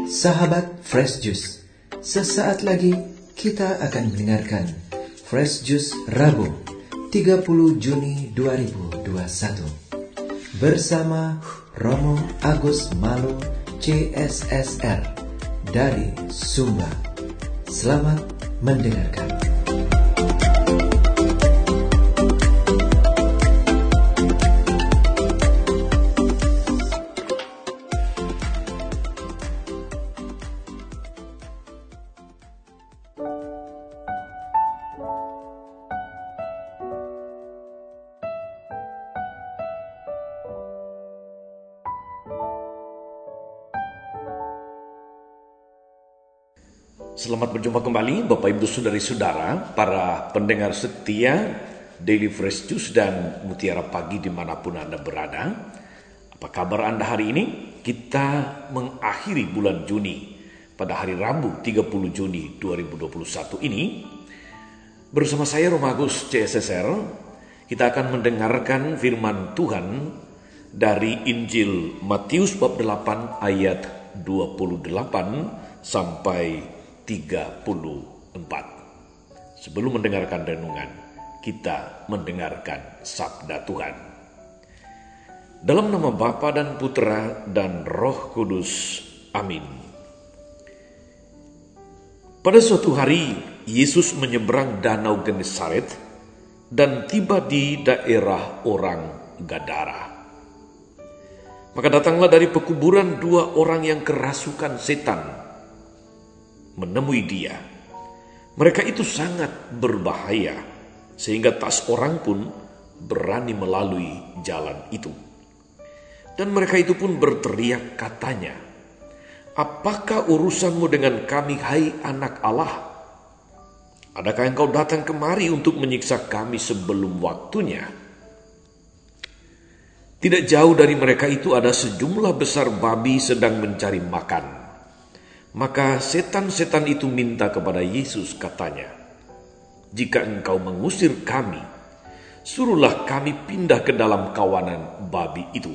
Sahabat Fresh Juice, sesaat lagi kita akan mendengarkan Fresh Juice Rabu 30 Juni 2021 bersama Romo Agus Malo CSSR dari Sumba. Selamat mendengarkan. Selamat berjumpa kembali Bapak Ibu Saudari-saudara, para pendengar setia Daily Fresh Juice dan Mutiara Pagi dimanapun Anda berada. Apa kabar Anda hari ini? Kita mengakhiri bulan Juni pada hari Rabu 30 Juni 2021 ini. Bersama saya Romo Agus CSSR, kita akan mendengarkan firman Tuhan dari Injil Matius bab 8 ayat 28 sampai 34. Sebelum mendengarkan renungan, kita mendengarkan sabda Tuhan. Dalam nama Bapa dan Putra dan Roh Kudus. Amin. Pada suatu hari, Yesus menyeberang danau Genesaret dan tiba di daerah orang Gadara. Maka datanglah dari pekuburan dua orang yang kerasukan setan menemui dia. Mereka itu sangat berbahaya sehingga tak seorang pun berani melalui jalan itu. Dan mereka itu pun berteriak katanya, "Apakah urusanmu dengan kami, hai anak Allah? Adakah engkau datang kemari untuk menyiksa kami sebelum waktunya?" Tidak jauh dari mereka itu ada sejumlah besar babi sedang mencari makan. Maka setan-setan itu minta kepada Yesus, katanya, "Jika engkau mengusir kami, suruhlah kami pindah ke dalam kawanan babi itu."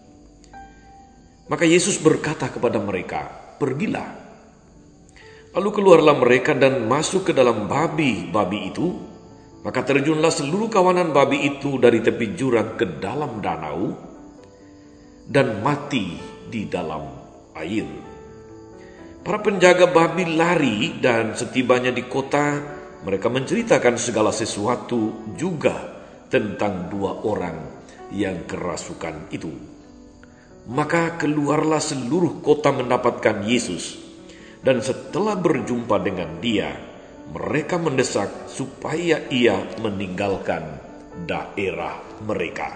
Maka Yesus berkata kepada mereka, "Pergilah." Lalu keluarlah mereka dan masuk ke dalam babi-babi itu. Maka terjunlah seluruh kawanan babi itu dari tepi jurang ke dalam danau dan mati di dalam air. Para penjaga babi lari dan setibanya di kota, mereka menceritakan segala sesuatu juga tentang dua orang yang kerasukan itu. Maka keluarlah seluruh kota mendapatkan Yesus, dan setelah berjumpa dengan dia, mereka mendesak supaya ia meninggalkan daerah mereka.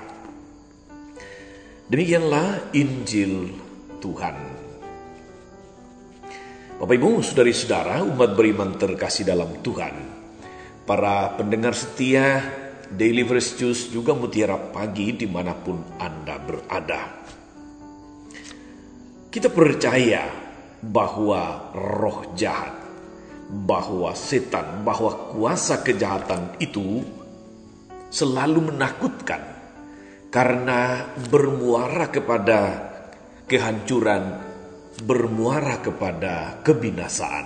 Demikianlah Injil Tuhan. Bapak Ibu, saudari-saudara, umat beriman terkasih dalam Tuhan, para pendengar setia Daily Fresh Juice juga Mutiara Pagi dimanapun Anda berada. Kita percaya bahwa roh jahat, bahwa setan, bahwa kuasa kejahatan itu selalu menakutkan karena bermuara kepada kehancuran, bermuara kepada kebinasaan.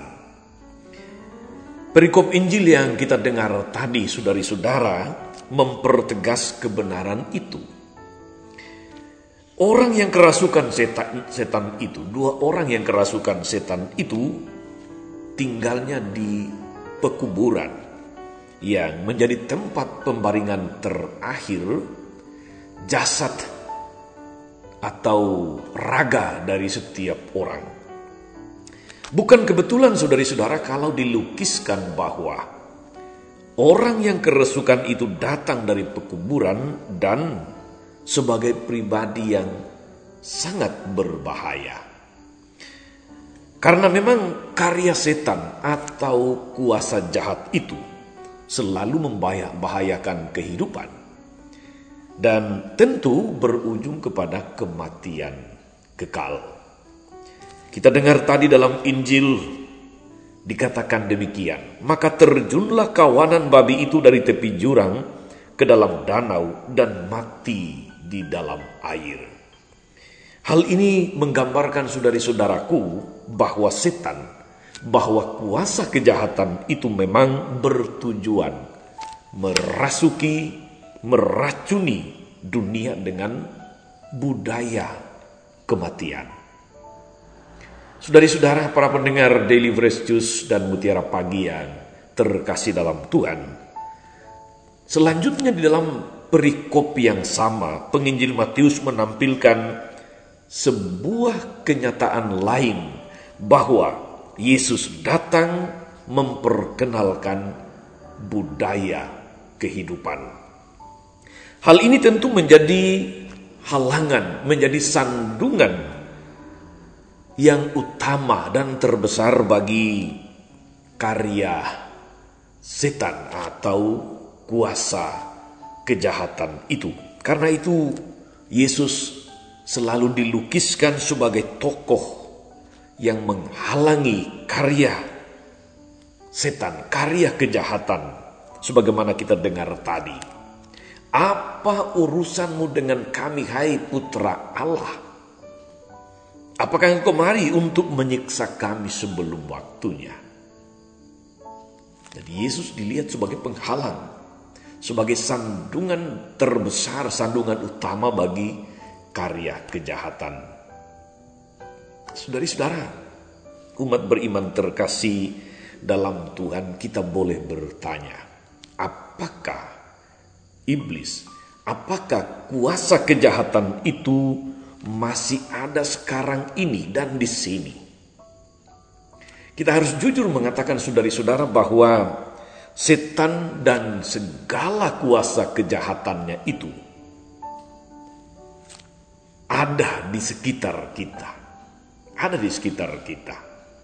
Perikop Injil yang kita dengar tadi, saudari-saudara, mempertegas kebenaran itu. Orang yang kerasukan setan itu, dua orang yang kerasukan setan itu, tinggalnya di pekuburan yang menjadi tempat pembaringan terakhir jasad atau raga dari setiap orang. Bukan kebetulan saudari-saudara kalau dilukiskan bahwa orang yang kerasukan itu datang dari pekuburan dan sebagai pribadi yang sangat berbahaya. Karena memang karya setan atau kuasa jahat itu selalu membahayakan kehidupan. Dan tentu berujung kepada kematian kekal. Kita dengar tadi dalam Injil dikatakan demikian. Maka terjunlah kawanan babi itu dari tepi jurang ke dalam danau dan mati di dalam air. Hal ini menggambarkan saudari-saudaraku bahwa setan, bahwa kuasa kejahatan itu memang bertujuan merasuki, meracuni dunia dengan budaya kematian. Saudari-saudara, para pendengar Daily Fresh Juice dan Mutiara Pagi yang terkasih dalam Tuhan, selanjutnya di dalam perikop yang sama, penginjil Matius menampilkan sebuah kenyataan lain bahwa Yesus datang memperkenalkan budaya kehidupan. Hal ini tentu menjadi halangan, menjadi sandungan yang utama dan terbesar bagi karya setan atau kuasa kejahatan itu. Karena itu Yesus selalu dilukiskan sebagai tokoh yang menghalangi karya setan, karya kejahatan. Sebagaimana kita dengar tadi, apa urusanmu dengan kami, hai putra Allah? Apakah engkau kemari untuk menyiksa kami sebelum waktunya? Jadi Yesus dilihat sebagai penghalang, sebagai sandungan terbesar, sandungan utama bagi karya kejahatan. Saudari-saudara, umat beriman terkasih dalam Tuhan, kita boleh bertanya, apakah iblis, apakah kuasa kejahatan itu masih ada sekarang ini dan di sini? Kita harus jujur mengatakan saudari-saudara bahwa setan dan segala kuasa kejahatannya itu ada di sekitar kita. Ada di sekitar kita.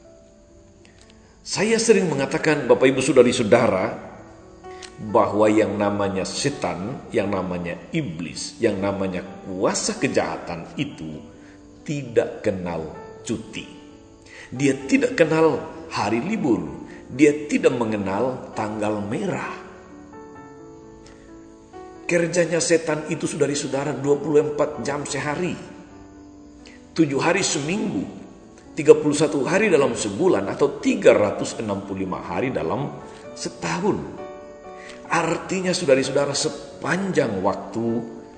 Saya sering mengatakan Bapak Ibu saudari-saudara bahwa yang namanya setan, yang namanya iblis, yang namanya kuasa kejahatan itu tidak kenal cuti. Dia tidak kenal hari libur. Dia tidak mengenal tanggal merah. Kerjanya setan itu saudari-saudara 24 jam sehari, 7 hari seminggu, 31 hari dalam sebulan, atau 365 hari dalam setahun. Artinya saudari-saudara, sepanjang waktu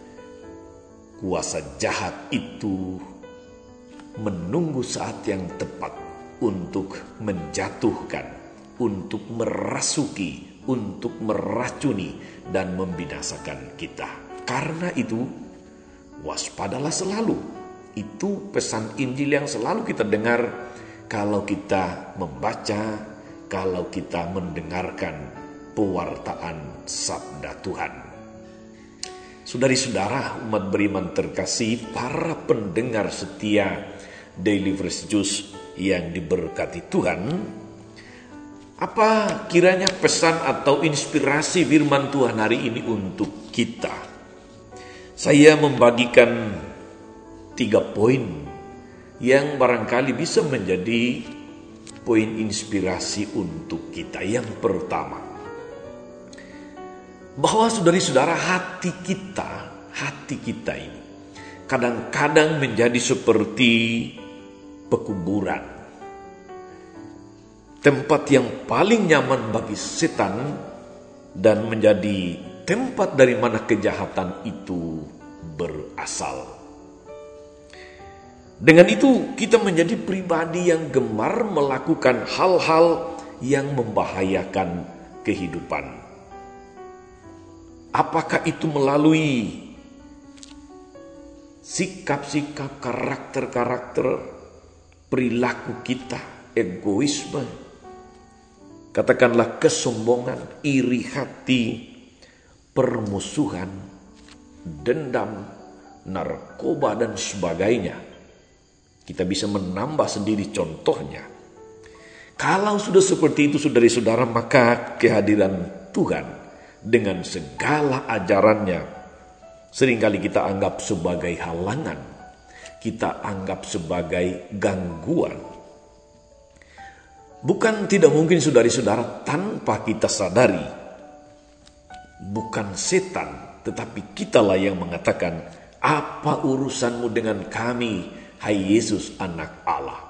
kuasa jahat itu menunggu saat yang tepat untuk menjatuhkan, untuk merasuki, untuk meracuni dan membinasakan kita. Karena itu waspadalah selalu. Itu pesan Injil yang selalu kita dengar kalau kita membaca, kalau kita mendengarkan pewartaan sabda Tuhan. Saudari-saudara, umat beriman terkasih, para pendengar setia Daily Fresh Juice yang diberkati Tuhan, apa kiranya pesan atau inspirasi firman Tuhan hari ini untuk kita? Saya membagikan 3 poin yang barangkali bisa menjadi poin inspirasi untuk kita. Yang pertama, bahwa saudari-saudara, hati kita ini kadang-kadang menjadi seperti pekuburan, tempat yang paling nyaman bagi setan dan menjadi tempat dari mana kejahatan itu berasal. Dengan itu kita menjadi pribadi yang gemar melakukan hal-hal yang membahayakan kehidupan. Apakah itu melalui sikap-sikap, karakter-karakter, perilaku kita, egoisme, katakanlah kesombongan, iri hati, permusuhan, dendam, narkoba, dan sebagainya. Kita bisa menambah sendiri contohnya. Kalau sudah seperti itu saudari-saudara, maka kehadiran Tuhan dengan segala ajarannya seringkali kita anggap sebagai halangan, kita anggap sebagai gangguan. Bukan tidak mungkin saudari-saudara, tanpa kita sadari, bukan setan, tetapi kitalah yang mengatakan, Apa urusanmu dengan kami, hai Yesus anak Allah?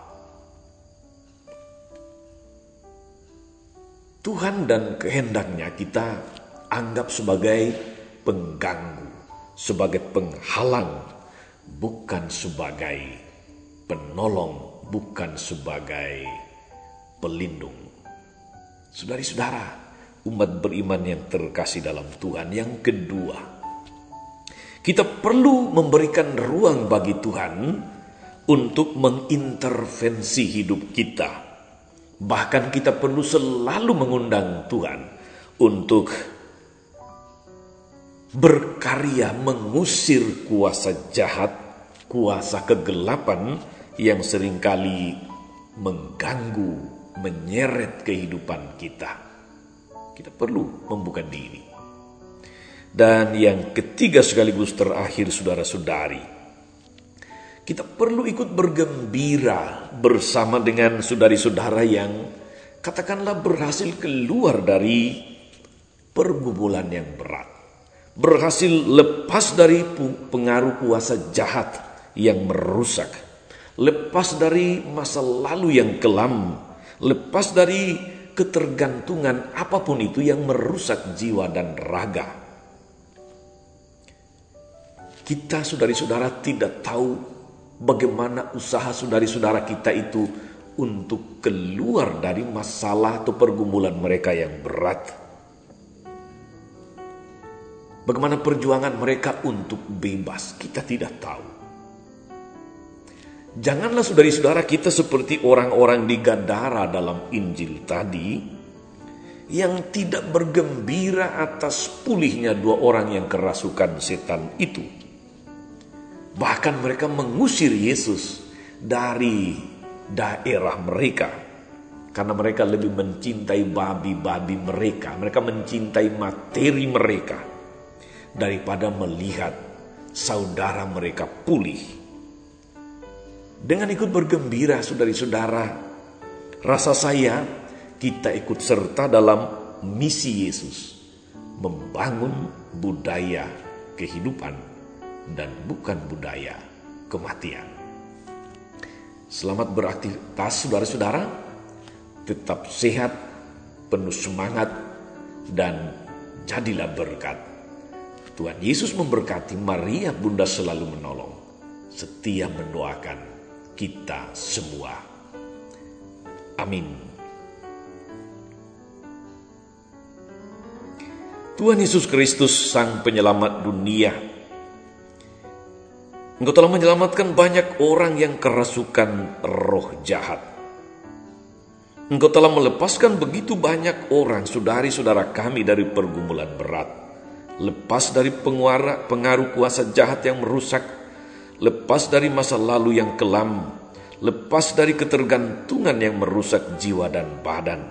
Tuhan dan kehendaknya kita anggap sebagai pengganggu, sebagai penghalang, bukan sebagai penolong, bukan sebagai pelindung. Saudari-saudara, umat beriman yang terkasih dalam Tuhan, yang kedua, kita perlu memberikan ruang bagi Tuhan untuk mengintervensi hidup kita. Bahkan kita perlu selalu mengundang Tuhan untuk berkarya mengusir kuasa jahat, kuasa kegelapan yang seringkali mengganggu, menyeret kehidupan kita. Kita perlu membuka diri. Dan yang ketiga sekaligus terakhir, saudara-saudari, kita perlu ikut bergembira bersama dengan saudari-saudara yang katakanlah berhasil keluar dari pergumulan yang berat, berhasil lepas dari pengaruh kuasa jahat yang merusak, lepas dari masa lalu yang kelam, lepas dari ketergantungan apapun itu yang merusak jiwa dan raga. Kita, saudari-saudara, tidak tahu bagaimana usaha saudari-saudara kita itu untuk keluar dari masalah atau pergumulan mereka yang berat. Bagaimana perjuangan mereka untuk bebas, kita tidak tahu. Janganlah saudari-saudara kita seperti orang-orang di Gadara dalam Injil tadi, yang tidak bergembira atas pulihnya dua orang yang kerasukan setan itu. Bahkan mereka mengusir Yesus dari daerah mereka karena mereka lebih mencintai babi-babi mereka. Mereka mencintai materi mereka daripada melihat saudara mereka pulih. Dengan ikut bergembira, saudari-saudara, rasa saya kita ikut serta dalam misi Yesus, membangun budaya kehidupan dan bukan budaya kematian. Selamat beraktivitas, saudara-saudara. Tetap sehat, penuh semangat, dan jadilah berkat. Tuhan Yesus memberkati. Maria Bunda selalu menolong, setia mendoakan kita semua. Amin. Tuhan Yesus Kristus, Sang Penyelamat dunia, Engkau telah menyelamatkan banyak orang yang kerasukan roh jahat. Engkau telah melepaskan begitu banyak orang, saudari-saudara kami, dari pergumulan berat. Lepas dari pengaruh kuasa jahat yang merusak. Lepas dari masa lalu yang kelam. Lepas dari ketergantungan yang merusak jiwa dan badan.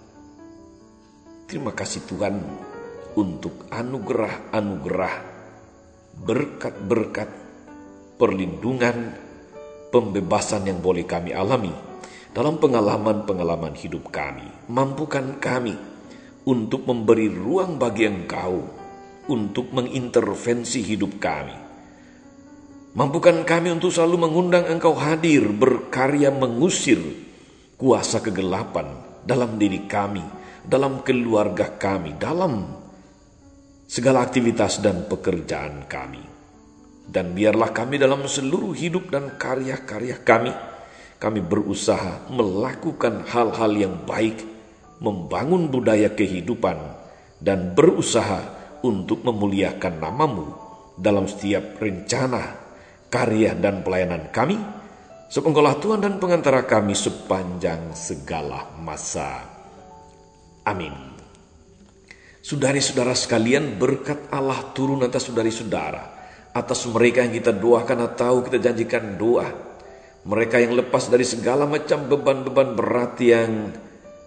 Terima kasih Tuhan untuk anugerah-anugerah, berkat-berkat, perlindungan, pembebasan yang boleh kami alami dalam pengalaman-pengalaman hidup kami. Mampukan kami untuk memberi ruang bagi Engkau untuk mengintervensi hidup kami. Mampukan kami untuk selalu mengundang Engkau hadir, berkarya mengusir kuasa kegelapan dalam diri kami, dalam keluarga kami, dalam segala aktivitas dan pekerjaan kami. Dan biarlah kami dalam seluruh hidup dan karya-karya kami berusaha melakukan hal-hal yang baik, membangun budaya kehidupan, dan berusaha untuk memuliakan nama-Mu dalam setiap rencana, karya, dan pelayanan kami. Sebab Engkaulah Tuhan dan pengantara kami sepanjang segala masa. Amin. Saudari-saudara sekalian, berkat Allah turun atas saudari-saudara, atas mereka yang kita doakan atau kita janjikan doa. Mereka yang lepas dari segala macam beban-beban berat yang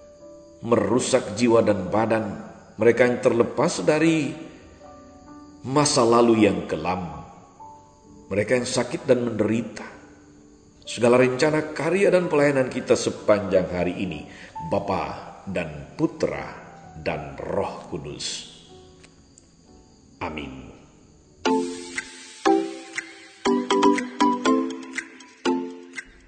merusak jiwa dan badan. Mereka yang terlepas dari masa lalu yang kelam. Mereka yang sakit dan menderita. Segala rencana, karya, dan pelayanan kita sepanjang hari ini, Bapa dan Putra dan Roh Kudus. Amin.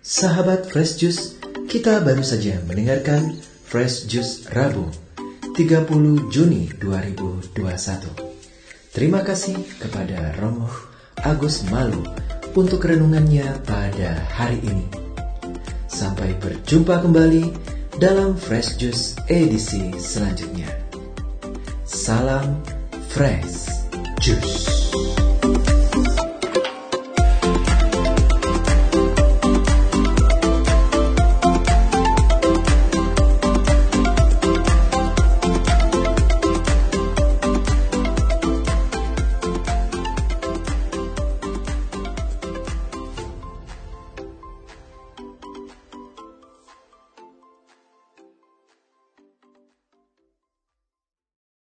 Sahabat Fresh Juice, kita baru saja mendengarkan Fresh Juice Rabu, 30 Juni 2021. Terima kasih kepada Romo Agus Malu untuk renungannya pada hari ini. Sampai berjumpa kembali dalam Fresh Juice edisi selanjutnya. Salam Fresh Juice.